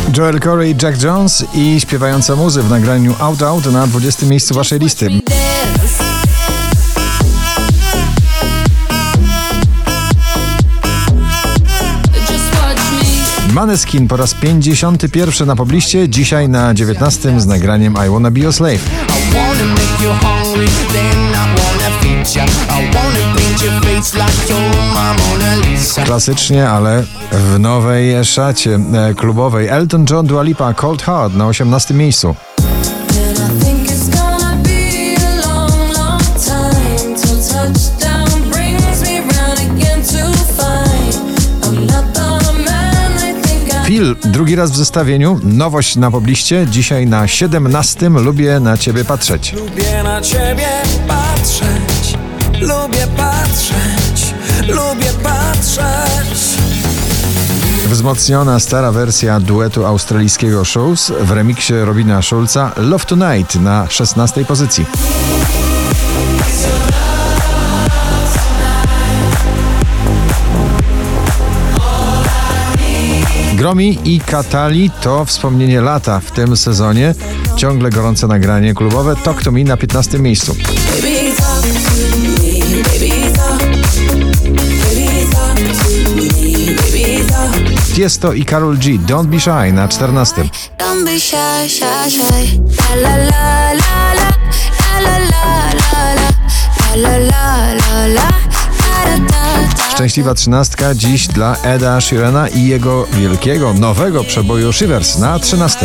Joel Corey, Jack Jones i śpiewające muzy w nagraniu Out Out na 20. miejscu waszej listy. Maneskin po raz 51 na pobliście, dzisiaj na 19 z nagraniem I Wanna Be Your Slave. Klasycznie, ale w nowej szacie klubowej. Elton John, Dua Lipa, Cold Heart na 18 miejscu. Phil, drugi raz w zestawieniu, nowość na pobliście, dzisiaj na 17. Lubię na ciebie patrzeć. Lubię na ciebie patrzeć, lubię patrzeć, lubię patrzeć. Wzmocniona stara wersja duetu australijskiego Shoes w remiksie Robina Schulza, Love Tonight na 16. pozycji. Gromi i Katali to wspomnienie lata w tym sezonie. Ciągle gorące nagranie klubowe Talk to Me na 15. miejscu. Tiesto i Karol G, Don't Be Shy na 14. Szczęśliwa 13 dziś dla Eda Sheerana i jego wielkiego, nowego przeboju Shivers na 13.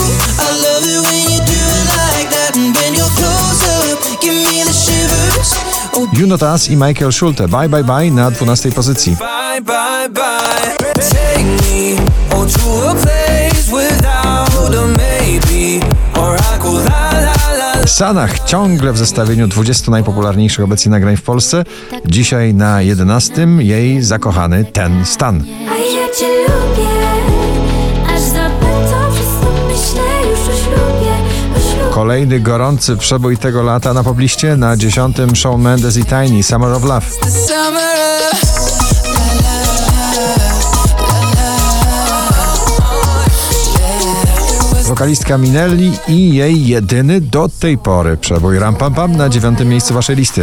You Not Us i Michael Schulte, Bye Bye Bye na 12. pozycji. Bye, bye, bye. Take me to a place without a maybe, or I go la la la. Sanach ciągle w zestawieniu 20 najpopularniejszych obecnie nagrań w Polsce. Dzisiaj na 11 jej zakochany Ten Stan. A ja cię lubię, aż zapytam, myślę już o ślubie. Kolejny gorący przebój tego lata na pobliście, na 10 Shawn Mendes i Tiny, Summer of Love. Wokalistka Minelli i jej jedyny do tej pory przebój Ram Pam Pam na 9. miejscu waszej listy.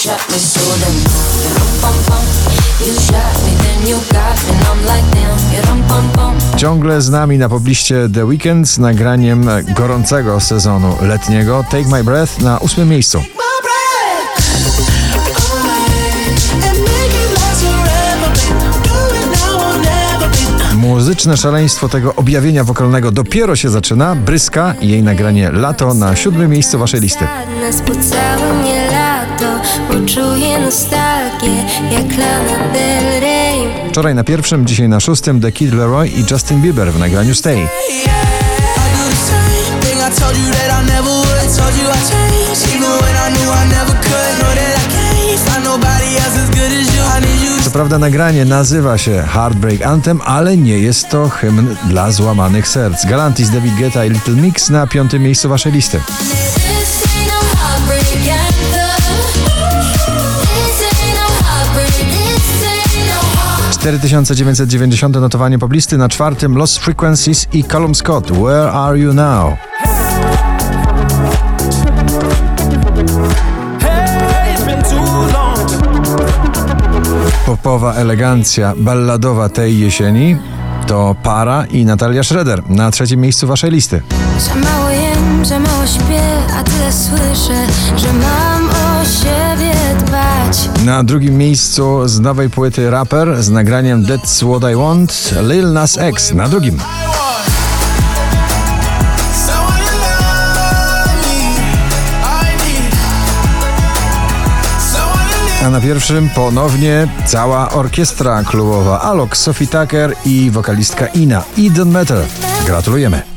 Ciągle z nami na pobliście The Weeknd z nagraniem gorącego sezonu letniego Take My Breath na 8. miejscu. Muzyczne szaleństwo tego objawienia wokalnego dopiero się zaczyna. Bryska i jej nagranie Lato na 7. miejscu waszej listy. Wczoraj na 1, dzisiaj na 6 The Kid Laroi i Justin Bieber w nagraniu Stay. Co prawda nagranie nazywa się Heartbreak Anthem, ale nie jest to hymn dla złamanych serc. Galantis, David Guetta i Little Mix na 5. miejscu waszej listy. 4990 notowanie poblisty, na 4 Lost Frequencies i Callum Scott, Where Are You Now? Popowa elegancja balladowa tej jesieni to Para i Natalia Schroeder na 3. miejscu waszej listy. Za mało jem, za mało śpię, a tyle słyszę, że mam o siebie dbać. Na 2. miejscu z nowej płyty raper z nagraniem That's What I Want, Lil Nas X na 2. A na 1 ponownie cała orkiestra klubowa Alok, Sophie Tucker i wokalistka Ina. It Don't Matter. Gratulujemy.